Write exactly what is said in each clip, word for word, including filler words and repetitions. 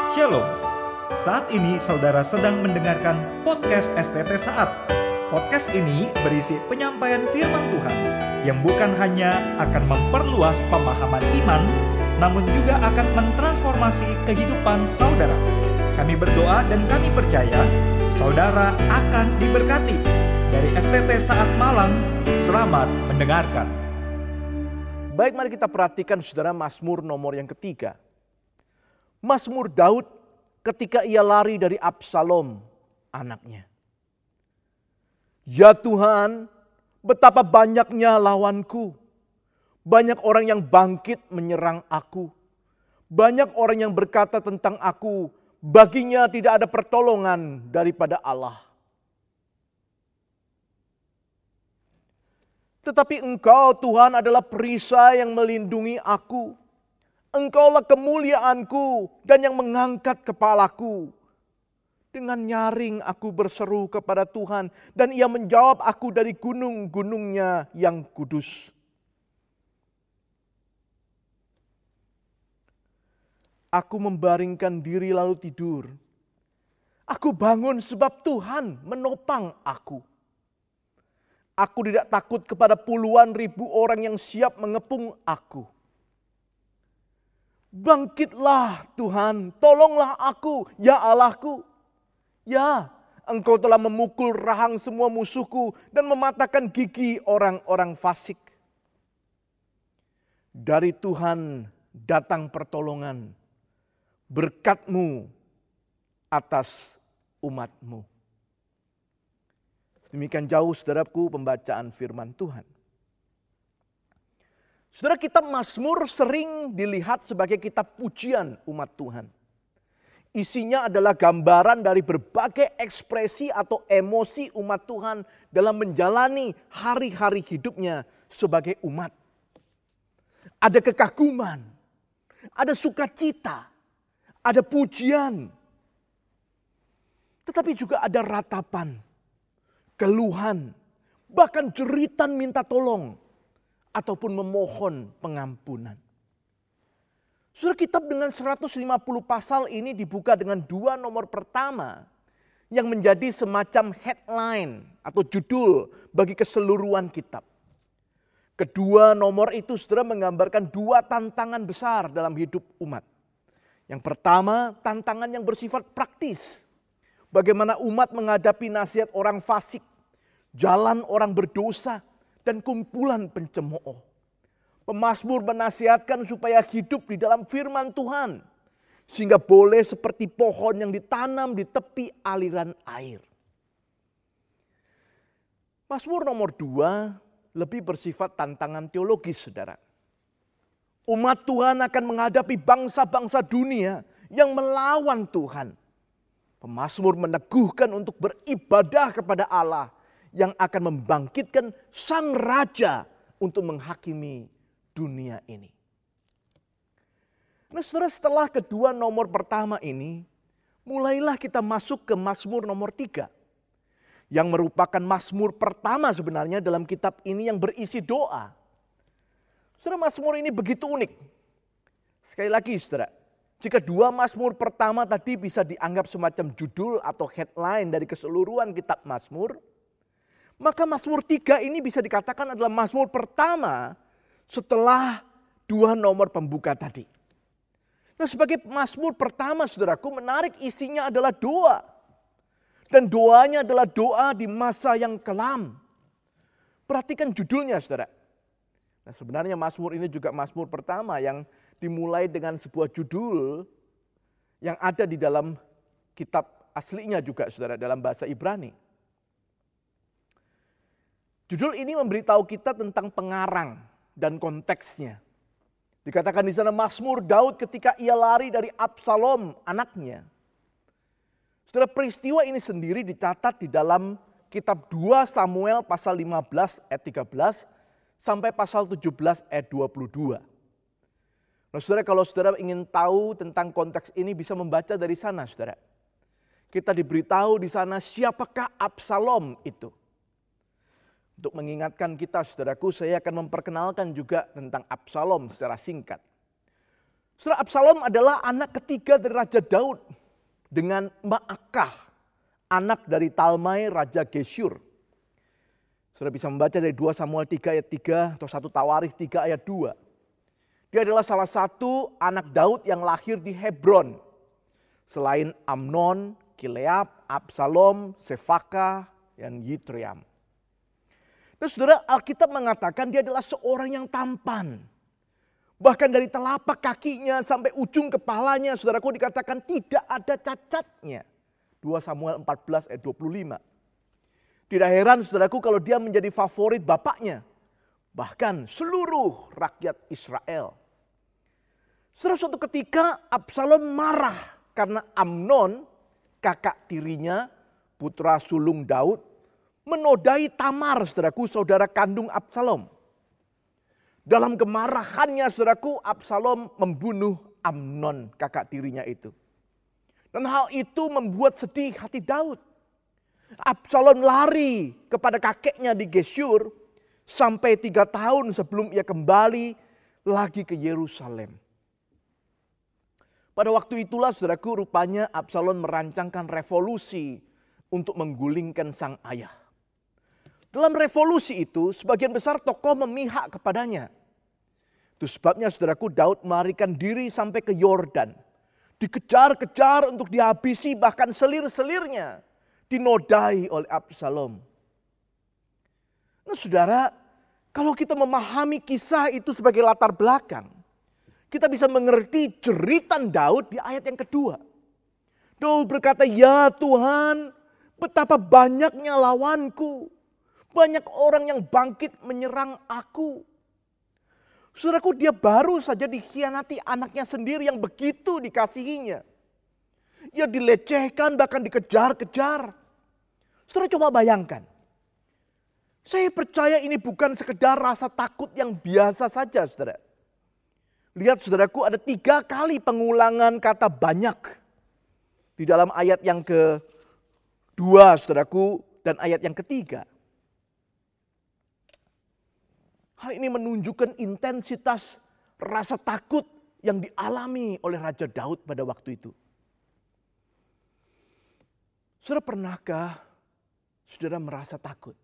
Shalom. Saat ini saudara sedang mendengarkan podcast S T T Saat. Podcast ini berisi penyampaian firman Tuhan yang bukan hanya akan memperluas pemahaman iman, namun juga akan mentransformasi kehidupan saudara. Kami berdoa dan kami percaya saudara akan diberkati. Dari S T T Saat Malang, selamat mendengarkan. Baik, mari kita perhatikan saudara Mazmur nomor yang ketiga. Mazmur Daud ketika ia lari dari Absalom, anaknya. Ya Tuhan, betapa banyaknya lawanku. Banyak orang yang bangkit menyerang aku. Banyak orang yang berkata tentang aku, baginya tidak ada pertolongan daripada Allah. Tetapi Engkau Tuhan adalah perisai yang melindungi aku. Engkaulah kemuliaanku dan yang mengangkat kepalaku. Dengan nyaring aku berseru kepada Tuhan dan Ia menjawab aku dari gunung-gunungnya yang kudus. Aku membaringkan diri lalu tidur. Aku bangun sebab Tuhan menopang aku. Aku tidak takut kepada puluhan ribu orang yang siap mengepung aku. Bangkitlah Tuhan, tolonglah aku, ya Allahku. Ya, Engkau telah memukul rahang semua musuhku dan mematahkan gigi orang-orang fasik. Dari Tuhan datang pertolongan, berkat-Mu atas umat-Mu. Demikian jauh saudaraku pembacaan firman Tuhan. Saudara, kitab Mazmur sering dilihat sebagai kitab pujian umat Tuhan. Isinya adalah gambaran dari berbagai ekspresi atau emosi umat Tuhan dalam menjalani hari-hari hidupnya sebagai umat. Ada kekaguman, ada sukacita, ada pujian. Tetapi juga ada ratapan, keluhan, bahkan jeritan minta tolong. Ataupun memohon pengampunan. Surah kitab dengan seratus lima puluh pasal ini dibuka dengan dua nomor pertama yang menjadi semacam headline atau judul bagi keseluruhan kitab. Kedua nomor itu saudara menggambarkan dua tantangan besar dalam hidup umat. Yang pertama, tantangan yang bersifat praktis. Bagaimana umat menghadapi nasihat orang fasik, jalan orang berdosa, dan kumpulan pencemooh. Pemazmur menasihatkan supaya hidup di dalam firman Tuhan. Sehingga boleh seperti pohon yang ditanam di tepi aliran air. Mazmur nomor dua lebih bersifat tantangan teologis, saudara. Umat Tuhan akan menghadapi bangsa-bangsa dunia yang melawan Tuhan. Pemazmur meneguhkan untuk beribadah kepada Allah yang akan membangkitkan sang raja untuk menghakimi dunia ini. Nah, saudara, setelah kedua nomor pertama ini, mulailah kita masuk ke Mazmur nomor tiga. Yang merupakan Mazmur pertama sebenarnya dalam kitab ini yang berisi doa. Saudara, Mazmur ini begitu unik. Sekali lagi saudara, jika dua Mazmur pertama tadi bisa dianggap semacam judul atau headline dari keseluruhan kitab Mazmur, maka Mazmur tiga ini bisa dikatakan adalah Mazmur pertama setelah dua nomor pembuka tadi. Nah, sebagai Mazmur pertama saudaraku, menarik isinya adalah doa. Dan doanya adalah doa di masa yang kelam. Perhatikan judulnya saudara. Nah, sebenarnya Mazmur ini juga Mazmur pertama yang dimulai dengan sebuah judul yang ada di dalam kitab aslinya juga saudara, dalam bahasa Ibrani. Judul ini memberitahu kita tentang pengarang dan konteksnya. Dikatakan di sana Mazmur Daud ketika ia lari dari Absalom, anaknya. Saudara, peristiwa ini sendiri dicatat di dalam kitab dua Samuel pasal lima belas ayat tiga belas sampai pasal tujuh belas ayat dua puluh dua. Nah, saudara, kalau saudara ingin tahu tentang konteks ini bisa membaca dari sana, saudara. Kita diberitahu di sana siapakah Absalom itu. Untuk mengingatkan kita saudaraku, saya akan memperkenalkan juga tentang Absalom secara singkat. Saudara, Absalom adalah anak ketiga dari Raja Daud dengan Maakah, anak dari Talmai Raja Geshur. Saudara bisa membaca dari dua Samuel tiga ayat tiga atau satu Tawarikh tiga ayat dua. Dia adalah salah satu anak Daud yang lahir di Hebron. Selain Amnon, Kileab, Absalom, Sefaka, dan Yitream. Nah, saudara, Alkitab mengatakan dia adalah seorang yang tampan. Bahkan dari telapak kakinya sampai ujung kepalanya, saudaraku, dikatakan tidak ada cacatnya. dua Samuel empat belas ayat dua puluh lima. Tidak heran, saudaraku, kalau dia menjadi favorit bapaknya. Bahkan seluruh rakyat Israel. Saudara, suatu ketika Absalom marah karena Amnon, kakak tirinya, putra sulung Daud, menodai Tamar, saudaraku, saudara kandung Absalom. Dalam kemarahannya, saudaraku, Absalom membunuh Amnon, kakak tirinya itu. Dan hal itu membuat sedih hati Daud. Absalom lari kepada kakeknya di Geshur sampai tiga tahun sebelum ia kembali lagi ke Yerusalem. Pada waktu itulah, saudaraku, rupanya Absalom merancangkan revolusi untuk menggulingkan sang ayah. Dalam revolusi itu, sebagian besar tokoh memihak kepadanya. Itu sebabnya, saudaraku, Daud melarikan diri sampai ke Yordan. Dikejar-kejar untuk dihabisi, bahkan selir-selirnya dinodai oleh Absalom. Nah, saudara, kalau kita memahami kisah itu sebagai latar belakang, kita bisa mengerti jeritan Daud di ayat yang kedua. Daud berkata, "Ya Tuhan, betapa banyaknya lawanku. Banyak orang yang bangkit menyerang aku." Saudaraku, dia baru saja dikhianati anaknya sendiri yang begitu dikasihinya. Ia dilecehkan, bahkan dikejar-kejar. Saudara, coba bayangkan. Saya percaya ini bukan sekedar rasa takut yang biasa saja, saudara. Lihat, saudaraku, ada tiga kali pengulangan kata banyak. Di dalam ayat yang kedua, saudaraku, dan ayat yang ketiga. Hal ini menunjukkan intensitas rasa takut yang dialami oleh Raja Daud pada waktu itu. Saudara, pernahkah saudara merasa takut?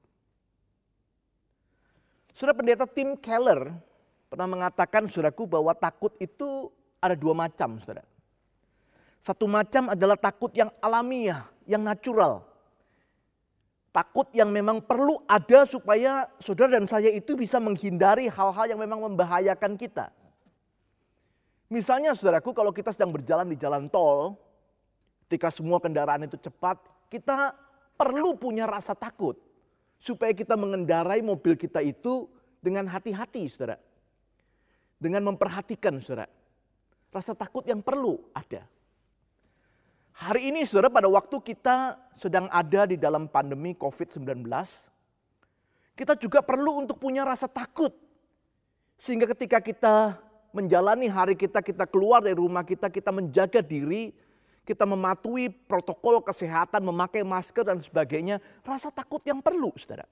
Saudara, pendeta Tim Keller pernah mengatakan, saudaraku, bahwa takut itu ada dua macam, saudara. Satu macam adalah takut yang alamiah, yang natural. Takut yang memang perlu ada supaya saudara dan saya itu bisa menghindari hal-hal yang memang membahayakan kita. Misalnya, saudaraku, kalau kita sedang berjalan di jalan tol, ketika semua kendaraan itu cepat, kita perlu punya rasa takut. Supaya kita mengendarai mobil kita itu dengan hati-hati, saudara. Dengan memperhatikan, saudara. Rasa takut yang perlu ada. Hari ini, saudara, pada waktu kita sedang ada di dalam pandemi covid sembilan belas, kita juga perlu untuk punya rasa takut. Sehingga ketika kita menjalani hari kita, kita keluar dari rumah kita, kita menjaga diri, kita mematuhi protokol kesehatan, memakai masker dan sebagainya, rasa takut yang perlu, saudara.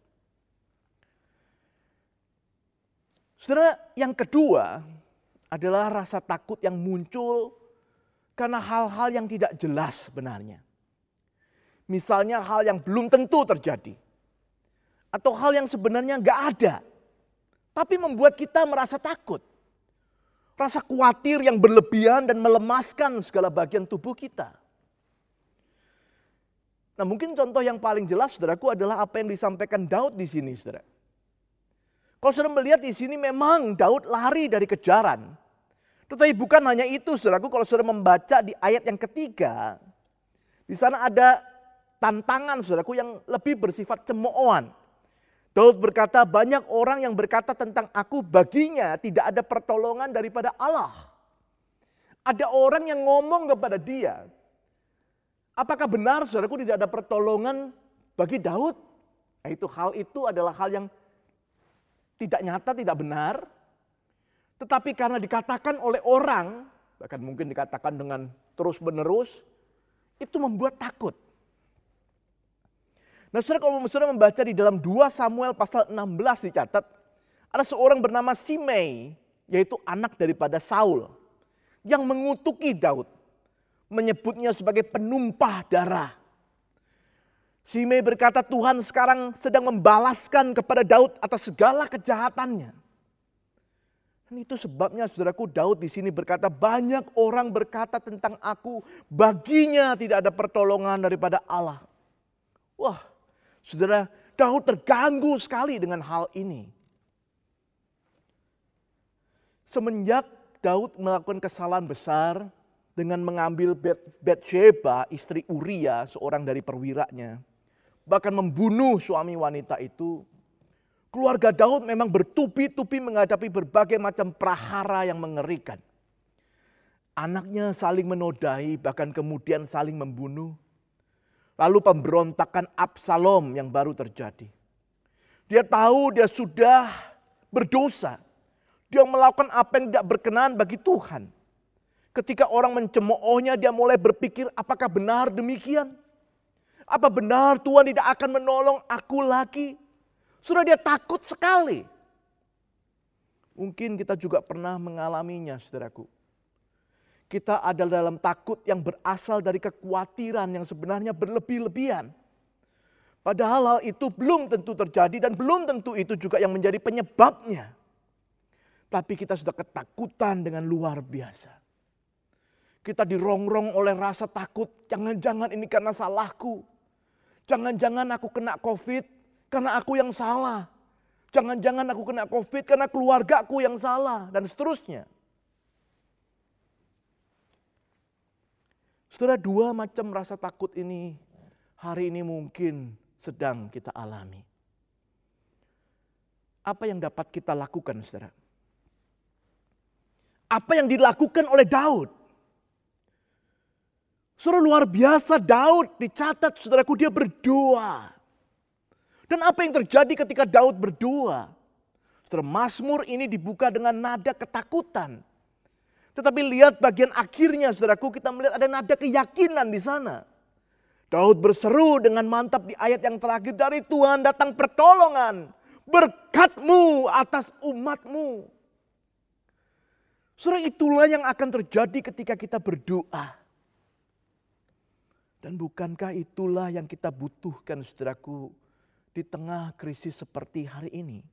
Saudara, yang kedua adalah rasa takut yang muncul karena hal-hal yang tidak jelas sebenarnya. Misalnya hal yang belum tentu terjadi. Atau hal yang sebenarnya nggak ada. Tapi membuat kita merasa takut. Rasa khawatir yang berlebihan dan melemaskan segala bagian tubuh kita. Nah, mungkin contoh yang paling jelas, saudaraku, adalah apa yang disampaikan Daud di sini, saudara. Kalau saudara melihat di sini memang Daud lari dari kejaran. Tetapi bukan hanya itu, saudaraku, kalau saudara membaca di ayat yang ketiga, di sana ada tantangan, saudaraku, yang lebih bersifat cemoohan. Daud berkata, banyak orang yang berkata tentang aku, baginya tidak ada pertolongan daripada Allah. Ada orang yang ngomong kepada dia, apakah benar, saudaraku, tidak ada pertolongan bagi Daud? Nah, itu hal itu adalah hal yang tidak nyata, tidak benar. Tetapi karena dikatakan oleh orang, bahkan mungkin dikatakan dengan terus-menerus, itu membuat takut. Nah, saudara, kalau saudara membaca di dalam dua Samuel pasal enam belas dicatat, ada seorang bernama Simei, yaitu anak daripada Saul. yang mengutuki Daud. Menyebutnya sebagai penumpah darah. Simei berkata Tuhan sekarang sedang membalaskan kepada Daud atas segala kejahatannya. Dan itu sebabnya saudaraku Daud di sini berkata banyak orang berkata tentang aku baginya tidak ada pertolongan daripada Allah. Wah saudara Daud terganggu sekali dengan hal ini. Semenjak Daud melakukan kesalahan besar dengan mengambil Batsheba istri Uria seorang dari perwiranya. Bahkan membunuh suami wanita itu. Keluarga Daud memang bertubi-tubi menghadapi berbagai macam prahara yang mengerikan. Anaknya saling menodai bahkan kemudian saling membunuh. Lalu pemberontakan Absalom yang baru terjadi. Dia tahu dia sudah berdosa. Dia melakukan apa yang tidak berkenan bagi Tuhan. Ketika orang mencemoohnya dia mulai berpikir apakah benar demikian? Apa benar Tuhan tidak akan menolong aku lagi? Sudah dia takut sekali. Mungkin kita juga pernah mengalaminya saudaraku. Kita ada dalam takut yang berasal dari kekhawatiran yang sebenarnya berlebih-lebihan. Padahal hal itu belum tentu terjadi dan belum tentu itu juga yang menjadi penyebabnya. Tapi kita sudah ketakutan dengan luar biasa. Kita dirongrong oleh rasa takut, jangan-jangan ini karena salahku. Jangan-jangan aku kena COVID karena aku yang salah. Jangan-jangan aku kena COVID karena keluarga aku yang salah dan seterusnya. Saudara, dua macam rasa takut ini hari ini mungkin sedang kita alami. Apa yang dapat kita lakukan saudara? Apa yang dilakukan oleh Daud? Saudara luar biasa Daud dicatat saudaraku dia berdoa. Dan apa yang terjadi ketika Daud berdoa? Saudara Mazmur ini dibuka dengan nada ketakutan. Tetapi lihat bagian akhirnya saudaraku kita melihat ada nada keyakinan di sana. Daud berseru dengan mantap di ayat yang terakhir dari Tuhan datang pertolongan. Berkat-Mu atas umat-Mu. Saudara itulah yang akan terjadi ketika kita berdoa. Dan bukankah itulah yang kita butuhkan saudaraku di tengah krisis seperti hari ini.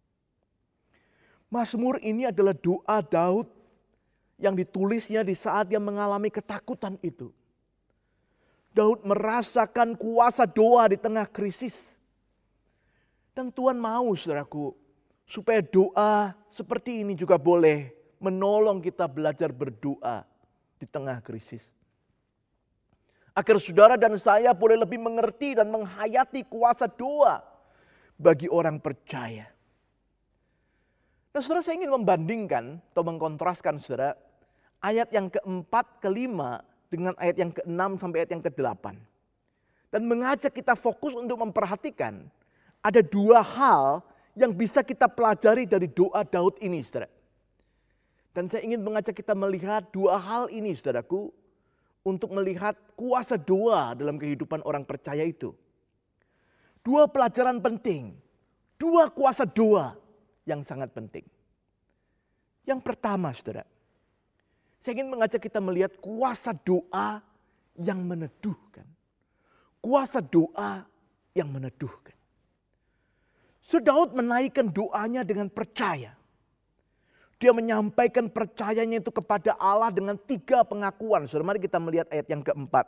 Mazmur ini adalah doa Daud yang ditulisnya di saat dia mengalami ketakutan itu. Daud merasakan kuasa doa di tengah krisis. Dan Tuhan mau saudaraku supaya doa seperti ini juga boleh menolong kita belajar berdoa di tengah krisis. Agar saudara dan saya boleh lebih mengerti dan menghayati kuasa doa bagi orang percaya. Nah saudara saya ingin membandingkan atau mengkontraskan saudara ayat yang keempat, kelima dengan ayat yang keenam sampai ayat yang kedelapan. Dan mengajak kita fokus untuk memperhatikan ada dua hal yang bisa kita pelajari dari doa Daud ini saudara. Dan saya ingin mengajak kita melihat dua hal ini saudaraku. Untuk melihat kuasa doa dalam kehidupan orang percaya itu. Dua pelajaran penting. Dua kuasa doa yang sangat penting. Yang pertama saudara. Saya ingin mengajak kita melihat kuasa doa yang meneduhkan. Kuasa doa yang meneduhkan. Saudara Daud menaikkan doanya dengan percaya. Dia menyampaikan percayanya itu kepada Allah dengan tiga pengakuan. Saudara, mari kita melihat ayat yang keempat.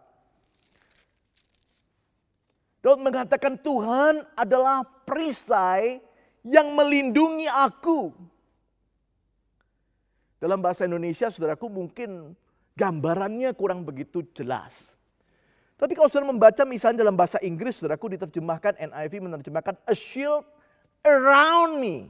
Daud mengatakan Tuhan adalah perisai yang melindungi aku. Dalam bahasa Indonesia saudaraku mungkin gambarannya kurang begitu jelas. Tapi kalau saudara membaca misalnya dalam bahasa Inggris saudaraku diterjemahkan N I V menerjemahkan a shield around me.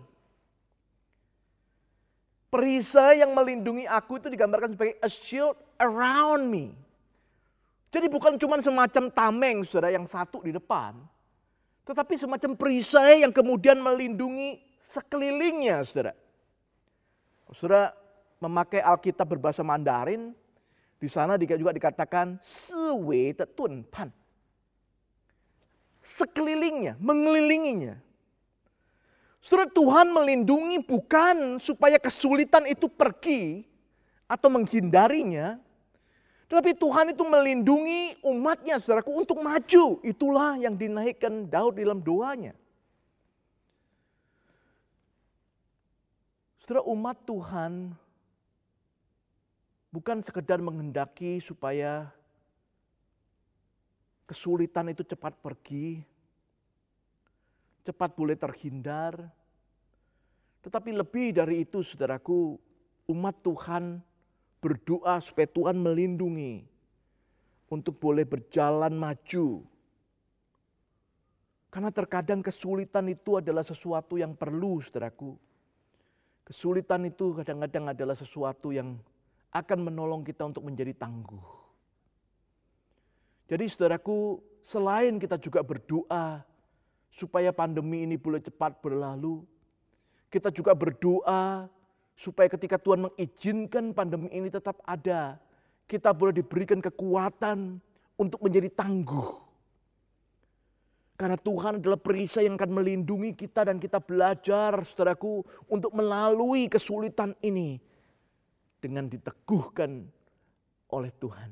Perisai yang melindungi aku itu digambarkan sebagai a shield around me. Jadi bukan cuma semacam tameng saudara yang satu di depan. Tetapi semacam perisai yang kemudian melindungi sekelilingnya saudara. Saudara memakai Alkitab berbahasa Mandarin. Di sana juga dikatakan siwei tetun pan. Sekelilingnya, mengelilinginya. Saudara Tuhan melindungi bukan supaya kesulitan itu pergi. atau menghindarinya. Tetapi Tuhan itu melindungi umatnya, saudaraku, untuk maju. Itulah yang dinaikkan Daud dalam doanya. Saudara, umat Tuhan bukan sekedar menghendaki supaya kesulitan itu cepat pergi, cepat boleh terhindar. Tetapi lebih dari itu, saudaraku, umat Tuhan berdoa supaya Tuhan melindungi untuk boleh berjalan maju. Karena terkadang kesulitan itu adalah sesuatu yang perlu, saudaraku. Kesulitan itu kadang-kadang adalah sesuatu yang akan menolong kita untuk menjadi tangguh. Jadi saudaraku, selain kita juga berdoa supaya pandemi ini boleh cepat berlalu, kita juga berdoa supaya ketika Tuhan mengizinkan pandemi ini tetap ada, kita boleh diberikan kekuatan untuk menjadi tangguh. Karena Tuhan adalah perisai yang akan melindungi kita dan kita belajar, saudaraku, untuk melalui kesulitan ini dengan diteguhkan oleh Tuhan.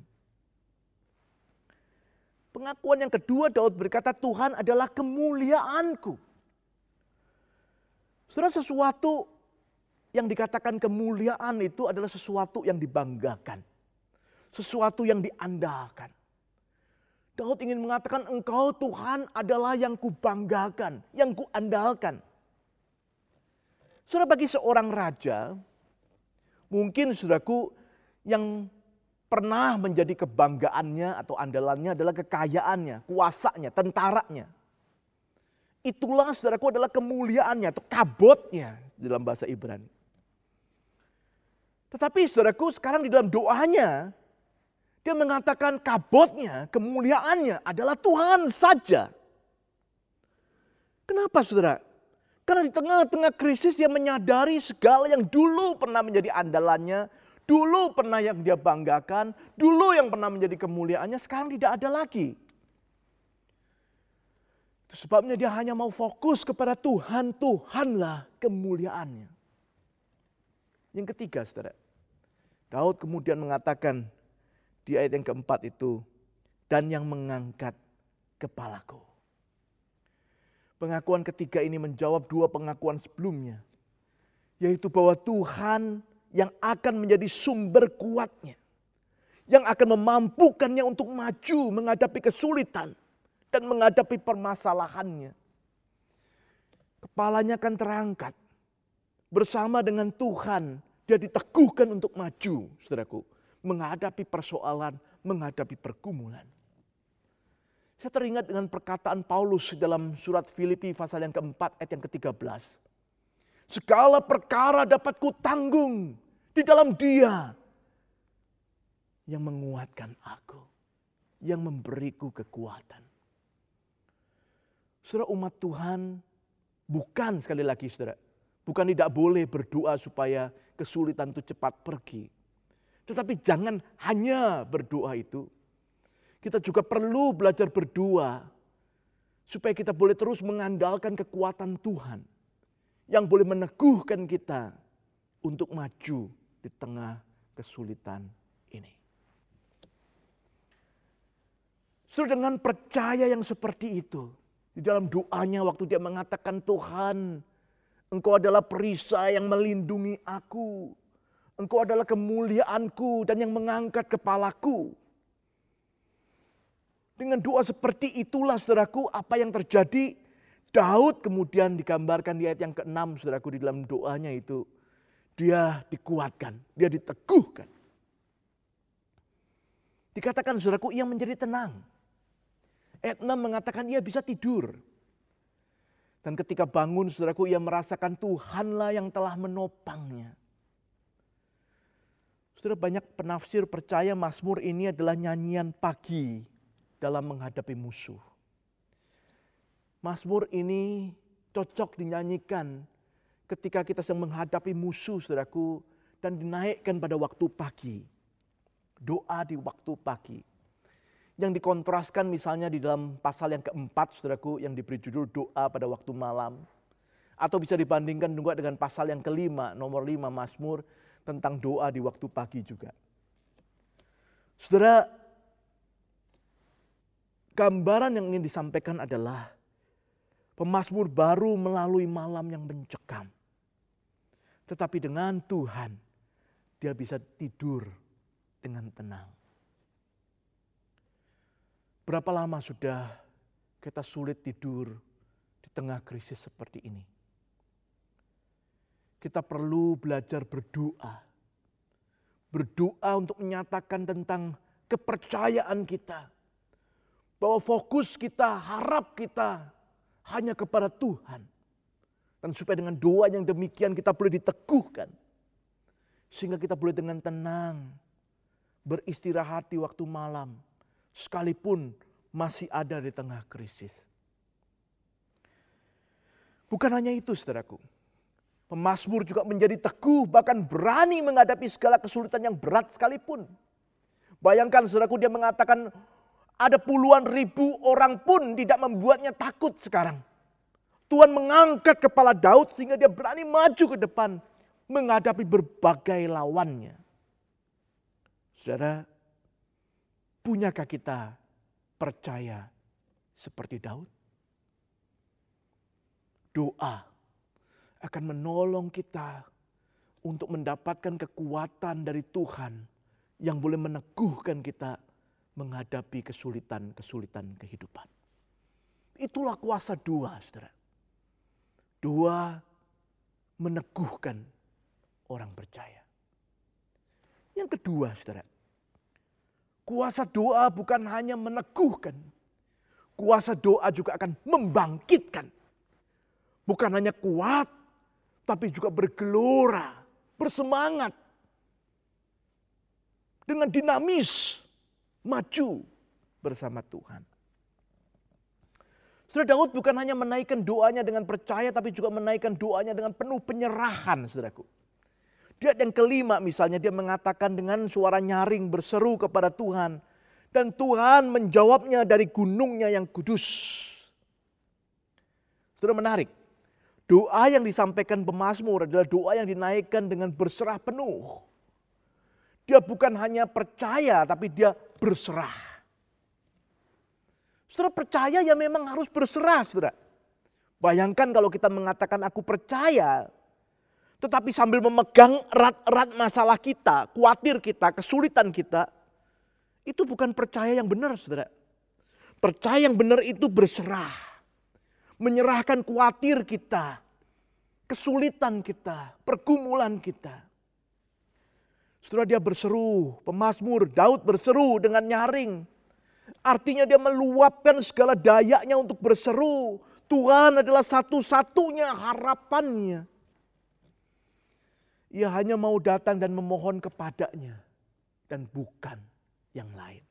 Pengakuan yang kedua, Daud berkata, Tuhan adalah kemuliaanku. Saudara, sesuatu yang dikatakan kemuliaan itu adalah sesuatu yang dibanggakan. Sesuatu yang diandalkan. Daud ingin mengatakan, engkau Tuhan adalah yang kubanggakan, yang kuandalkan. Saudara, bagi seorang raja, mungkin saudaraku yang pernah menjadi kebanggaannya atau andalannya adalah kekayaannya, kuasanya, tentaranya. Itulah saudaraku adalah kemuliaannya atau kabotnya dalam bahasa Ibrani. Tetapi saudaraku sekarang di dalam doanya, dia mengatakan kabotnya, kemuliaannya adalah Tuhan saja. Kenapa saudara? Karena di tengah-tengah krisis dia menyadari segala yang dulu pernah menjadi andalannya, dulu pernah yang dia banggakan, dulu yang pernah menjadi kemuliaannya, sekarang tidak ada lagi. Itu sebabnya dia hanya mau fokus kepada Tuhan, Tuhanlah kemuliaannya. Yang ketiga saudara, Daud kemudian mengatakan di ayat yang keempat itu, dan yang mengangkat kepalaku. Pengakuan ketiga ini menjawab dua pengakuan sebelumnya. Yaitu bahwa Tuhan yang akan menjadi sumber kuatnya. Yang akan memampukannya untuk maju menghadapi kesulitan dan menghadapi permasalahannya. Kepalanya akan terangkat. Bersama dengan Tuhan dia diteguhkan untuk maju, saudaraku. Menghadapi persoalan, menghadapi pergumulan. Saya teringat dengan perkataan Paulus dalam surat Filipi pasal yang keempat ayat yang ketiga belas. Segala perkara dapat kutanggung di dalam Dia yang menguatkan aku, yang memberiku kekuatan. Saudara, umat Tuhan bukan, sekali lagi saudara, bukan tidak boleh berdoa supaya kesulitan itu cepat pergi. Tetapi jangan hanya berdoa itu. Kita juga perlu belajar berdoa supaya kita boleh terus mengandalkan kekuatan Tuhan yang boleh meneguhkan kita untuk maju di tengah kesulitan ini. Saudara, dengan percaya yang seperti itu, di dalam doanya waktu dia mengatakan, Tuhan, Engkau adalah perisai yang melindungi aku. Engkau adalah kemuliaanku dan yang mengangkat kepalaku. Dengan doa seperti itulah saudaraku apa yang terjadi. Daud kemudian digambarkan di ayat yang keenam saudaraku di dalam doanya itu. Dia dikuatkan, dia diteguhkan. Dikatakan saudaraku ia menjadi tenang. Ayat enam mengatakan ia bisa tidur. Dan ketika bangun saudaraku ia merasakan Tuhanlah yang telah menopangnya. Saudara, banyak penafsir percaya Mazmur ini adalah nyanyian pagi dalam menghadapi musuh. Mazmur ini cocok dinyanyikan ketika kita sedang menghadapi musuh, saudaraku, dan dinaikkan pada waktu pagi. Doa di waktu pagi. Yang dikontraskan misalnya di dalam pasal yang keempat, saudaraku, yang diberi judul doa pada waktu malam. Atau bisa dibandingkan juga dengan pasal yang kelima, nomor lima Mazmur. tentang doa di waktu pagi juga. Saudara, gambaran yang ingin disampaikan adalah pemazmur baru melalui malam yang mencekam. Tetapi dengan Tuhan, dia bisa tidur dengan tenang. Berapa lama sudah kita sulit tidur di tengah krisis seperti ini? Kita perlu belajar berdoa. Berdoa untuk menyatakan tentang kepercayaan kita. Bahwa fokus kita, harap kita hanya kepada Tuhan. Dan supaya dengan doa yang demikian kita boleh diteguhkan. Sehingga kita boleh dengan tenang beristirahat di waktu malam. Sekalipun masih ada di tengah krisis. Bukan hanya itu saudaraku. Pemazmur juga menjadi teguh, bahkan berani menghadapi segala kesulitan yang berat sekalipun. Bayangkan saudaraku, dia mengatakan ada puluhan ribu orang pun tidak membuatnya takut sekarang. Tuhan mengangkat kepala Daud sehingga dia berani maju ke depan menghadapi berbagai lawannya. Saudara, punyakah kita percaya seperti Daud? Doa akan menolong kita untuk mendapatkan kekuatan dari Tuhan yang boleh meneguhkan kita menghadapi kesulitan-kesulitan kehidupan. Itulah kuasa doa, saudara. Doa meneguhkan orang percaya. Yang kedua, saudara. Kuasa doa bukan hanya meneguhkan. Kuasa doa juga akan membangkitkan. Bukan hanya kuat, tapi juga bergelora, bersemangat. Dengan dinamis, maju bersama Tuhan. Saudara, Daud bukan hanya menaikkan doanya dengan percaya, tapi juga menaikkan doanya dengan penuh penyerahan, saudaraku. Di ayat yang kelima misalnya dia mengatakan dengan suara nyaring berseru kepada Tuhan. Dan Tuhan menjawabnya dari gunungnya yang kudus. Saudara, menarik. Doa yang disampaikan pemazmur adalah doa yang dinaikkan dengan berserah penuh. Dia bukan hanya percaya, tapi dia berserah. Saudara, percaya ya memang harus berserah, saudara. Bayangkan kalau kita mengatakan aku percaya, tetapi sambil memegang erat-erat masalah kita, khawatir kita, kesulitan kita, itu bukan percaya yang benar, saudara. Percaya yang benar itu berserah. Menyerahkan khawatir kita, kesulitan kita, pergumulan kita. Saudara, dia berseru, pemazmur Daud berseru dengan nyaring. Artinya dia meluapkan segala dayanya untuk berseru. Tuhan adalah satu-satunya harapannya. Ia hanya mau datang dan memohon kepadanya. Dan bukan yang lain.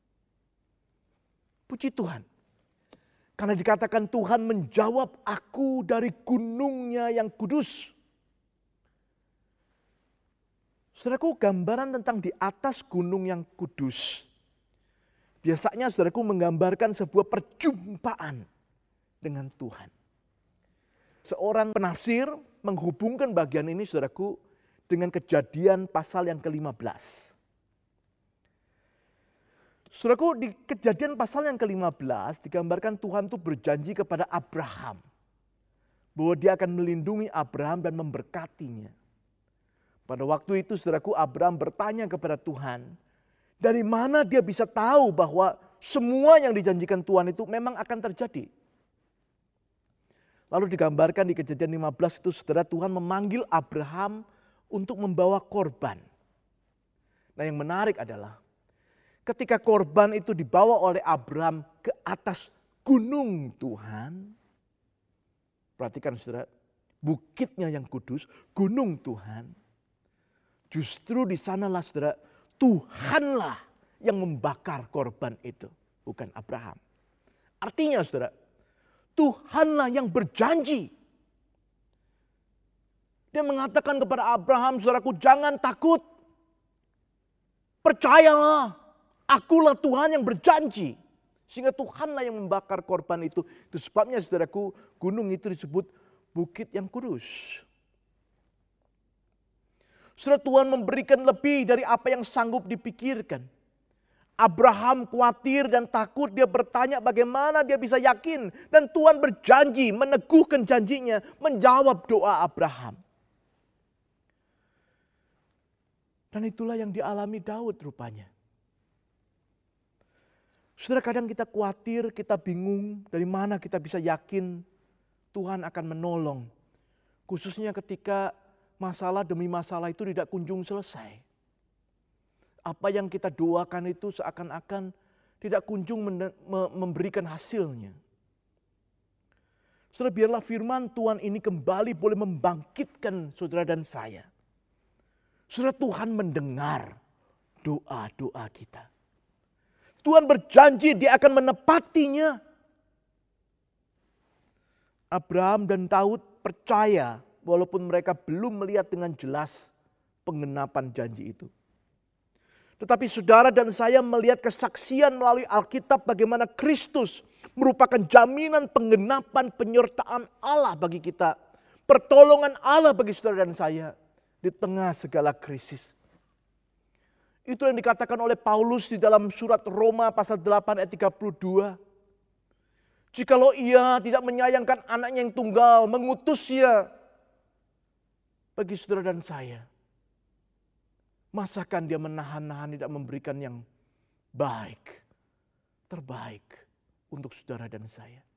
Puji Tuhan. Karena dikatakan Tuhan menjawab aku dari gunungnya yang kudus. Saudaraku, gambaran tentang di atas gunung yang kudus. Biasanya saudaraku menggambarkan sebuah perjumpaan dengan Tuhan. Seorang penafsir menghubungkan bagian ini saudaraku dengan Kejadian pasal yang kelima belas. Saudaraku, di Kejadian pasal yang kelima belas digambarkan Tuhan itu berjanji kepada Abraham. Bahwa dia akan melindungi Abraham dan memberkatinya. Pada waktu itu saudaraku, Abraham bertanya kepada Tuhan. Dari mana dia bisa tahu bahwa semua yang dijanjikan Tuhan itu memang akan terjadi. Lalu digambarkan di Kejadian lima belas itu saudara, Tuhan memanggil Abraham untuk membawa korban. Nah, yang menarik adalah ketika korban itu dibawa oleh Abraham ke atas gunung Tuhan. Perhatikan saudara, bukitnya yang kudus, gunung Tuhan. Justru di sanalah saudara, Tuhanlah yang membakar korban itu. Bukan Abraham. Artinya saudara, Tuhanlah yang berjanji. Dia mengatakan kepada Abraham, saudaraku, jangan takut. Percayalah. Akulah Tuhan yang berjanji. Sehingga Tuhanlah yang membakar korban itu. Itu sebabnya saudaraku, gunung itu disebut bukit yang kudus. Saudara, Tuhan memberikan lebih dari apa yang sanggup dipikirkan. Abraham khawatir dan takut, dia bertanya bagaimana dia bisa yakin. Dan Tuhan berjanji, meneguhkan janjinya, menjawab doa Abraham. Dan itulah yang dialami Daud rupanya. Saudara, kadang kita khawatir, kita bingung dari mana kita bisa yakin Tuhan akan menolong. Khususnya ketika masalah demi masalah itu tidak kunjung selesai. Apa yang kita doakan itu seakan-akan tidak kunjung memberikan hasilnya. Saudara, biarlah firman Tuhan ini kembali boleh membangkitkan saudara dan saya. Saudara, Tuhan mendengar doa-doa kita. Tuhan berjanji dia akan menepatinya. Abraham dan Daud percaya walaupun mereka belum melihat dengan jelas penggenapan janji itu. Tetapi saudara dan saya melihat kesaksian melalui Alkitab bagaimana Kristus merupakan jaminan penggenapan penyertaan Allah bagi kita. Pertolongan Allah bagi saudara dan saya di tengah segala krisis. Itu yang dikatakan oleh Paulus di dalam surat Roma pasal delapan ayat tiga puluh dua. Jikalau ia tidak menyayangkan anaknya yang tunggal, mengutusnya bagi saudara dan saya. Masakan dia menahan-nahan tidak memberikan yang baik, terbaik untuk saudara dan saya.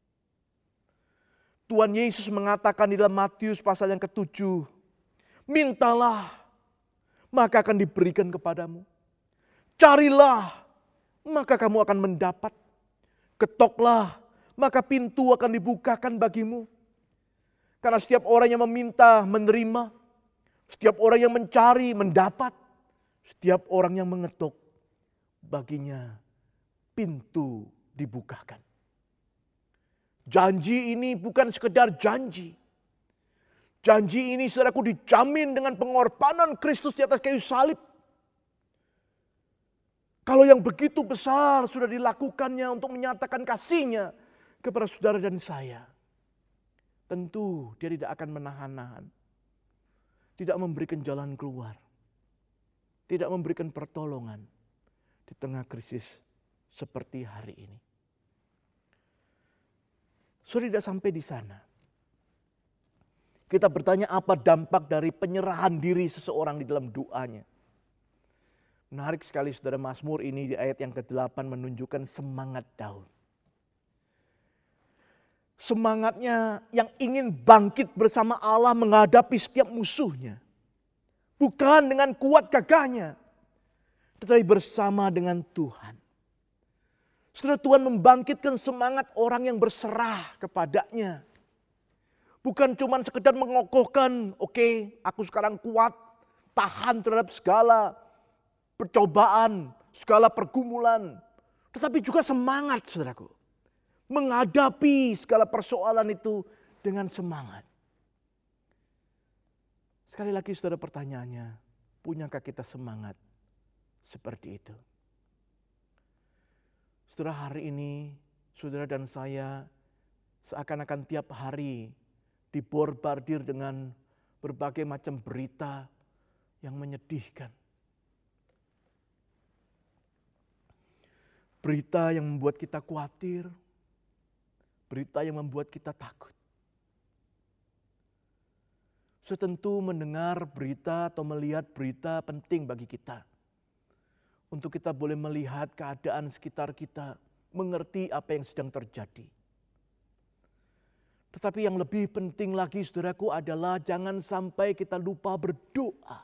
Tuhan Yesus mengatakan di dalam Matius pasal yang ketujuh, mintalah maka akan diberikan kepadamu. Carilah, maka kamu akan mendapat. Ketoklah, maka pintu akan dibukakan bagimu. Karena setiap orang yang meminta, menerima. Setiap orang yang mencari, mendapat. Setiap orang yang mengetuk, baginya pintu dibukakan. Janji ini bukan sekedar janji. Janji ini saudaraku dijamin dengan pengorbanan Kristus di atas kayu salib. Kalau yang begitu besar sudah dilakukannya untuk menyatakan kasihnya kepada saudara dan saya. Tentu dia tidak akan menahan-nahan. Tidak memberikan jalan keluar. Tidak memberikan pertolongan di tengah krisis seperti hari ini. Sudah tidak sampai di sana. Kita bertanya apa dampak dari penyerahan diri seseorang di dalam doanya. Menarik sekali saudara, Mazmur ini di ayat yang kedelapan menunjukkan semangat Daud. Semangatnya yang ingin bangkit bersama Allah menghadapi setiap musuhnya. Bukan dengan kuat gagahnya, tetapi bersama dengan Tuhan. Saudara, Tuhan membangkitkan semangat orang yang berserah kepadanya. Bukan cuma sekedar mengokohkan, oke okay, aku sekarang kuat, tahan terhadap segala percobaan, segala pergumulan. Tetapi juga semangat saudaraku. Menghadapi segala persoalan itu dengan semangat. Sekali lagi saudara, pertanyaannya, punyakah kita semangat seperti itu? Saudara, hari ini saudara dan saya seakan-akan tiap hari dibombardir dengan berbagai macam berita yang menyedihkan. Berita yang membuat kita khawatir. Berita yang membuat kita takut. Setentu mendengar berita atau melihat berita penting bagi kita. Untuk kita boleh melihat keadaan sekitar kita. Mengerti apa yang sedang terjadi. Tetapi yang lebih penting lagi saudaraku adalah jangan sampai kita lupa berdoa.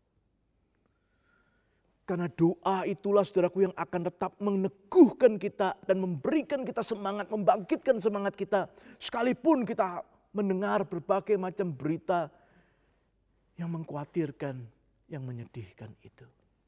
Karena doa itulah saudaraku yang akan tetap meneguhkan kita dan memberikan kita semangat, membangkitkan semangat kita. Sekalipun kita mendengar berbagai macam berita yang mengkhawatirkan, yang menyedihkan itu.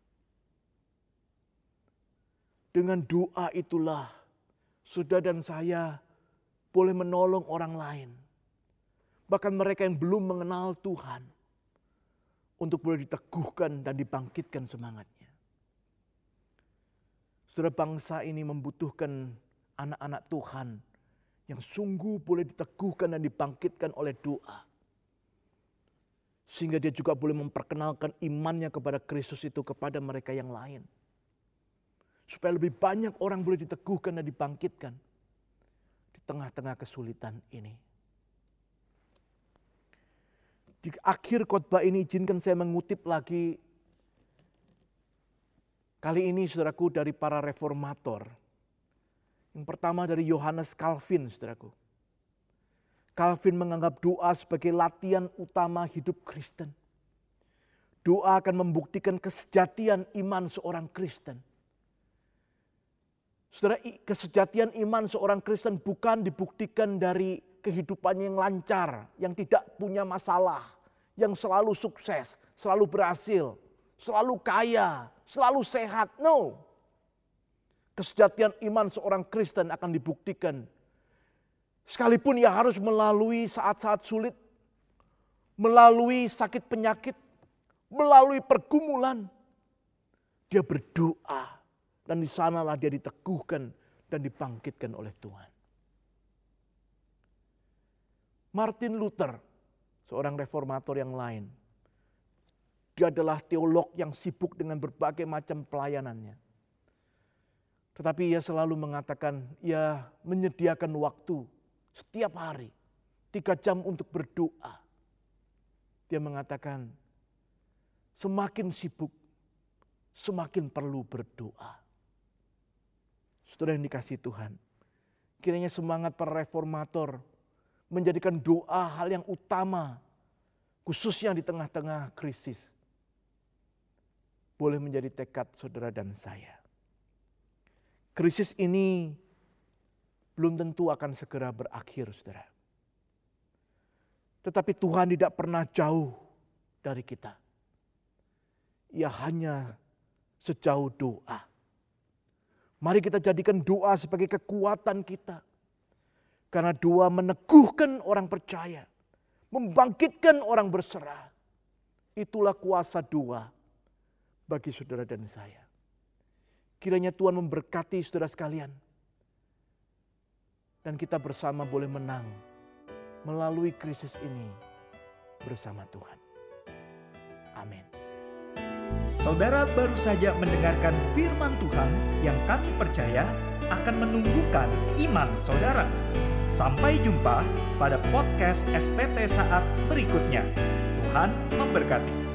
Dengan doa itulah saudara dan saya boleh menolong orang lain. Bahkan mereka yang belum mengenal Tuhan. Untuk boleh diteguhkan dan dibangkitkan semangatnya. Saudara, bangsa ini membutuhkan anak-anak Tuhan. Yang sungguh boleh diteguhkan dan dibangkitkan oleh doa. Sehingga dia juga boleh memperkenalkan imannya kepada Kristus itu kepada mereka yang lain. Supaya lebih banyak orang boleh diteguhkan dan dibangkitkan di tengah-tengah kesulitan ini. Di akhir khotbah ini izinkan saya mengutip lagi kali ini saudaraku dari para reformator. Yang pertama dari Yohanes Calvin saudaraku. Calvin menganggap doa sebagai latihan utama hidup Kristen. Doa akan membuktikan kesejatian iman seorang Kristen. Saudara, kesejatian iman seorang Kristen bukan dibuktikan dari kehidupannya yang lancar, yang tidak punya masalah, yang selalu sukses, selalu berhasil, selalu kaya, selalu sehat. No. Kesejatian iman seorang Kristen akan dibuktikan sekalipun ia harus melalui saat-saat sulit, melalui sakit penyakit, melalui pergumulan. Dia berdoa dan di sanalah dia diteguhkan dan dibangkitkan oleh Tuhan. Martin Luther, seorang reformator yang lain. Dia adalah teolog yang sibuk dengan berbagai macam pelayanannya. Tetapi ia selalu mengatakan ia menyediakan waktu setiap hari, tiga jam untuk berdoa. Dia mengatakan, semakin sibuk, semakin perlu berdoa. Saudara yang dikasihi Tuhan, kiranya semangat para reformator menjadikan doa hal yang utama, khususnya di tengah-tengah krisis, boleh menjadi tekad saudara dan saya. Krisis ini belum tentu akan segera berakhir, saudara. Tetapi Tuhan tidak pernah jauh dari kita. Ia hanya sejauh doa. Mari kita jadikan doa sebagai kekuatan kita. Karena doa meneguhkan orang percaya. Membangkitkan orang berserah. Itulah kuasa doa bagi saudara dan saya. Kiranya Tuhan memberkati saudara sekalian. Dan kita bersama boleh menang melalui krisis ini bersama Tuhan. Amin. Saudara baru saja mendengarkan firman Tuhan yang kami percaya akan menumbuhkan iman saudara. Sampai jumpa pada podcast S T T Saat berikutnya. Tuhan memberkati.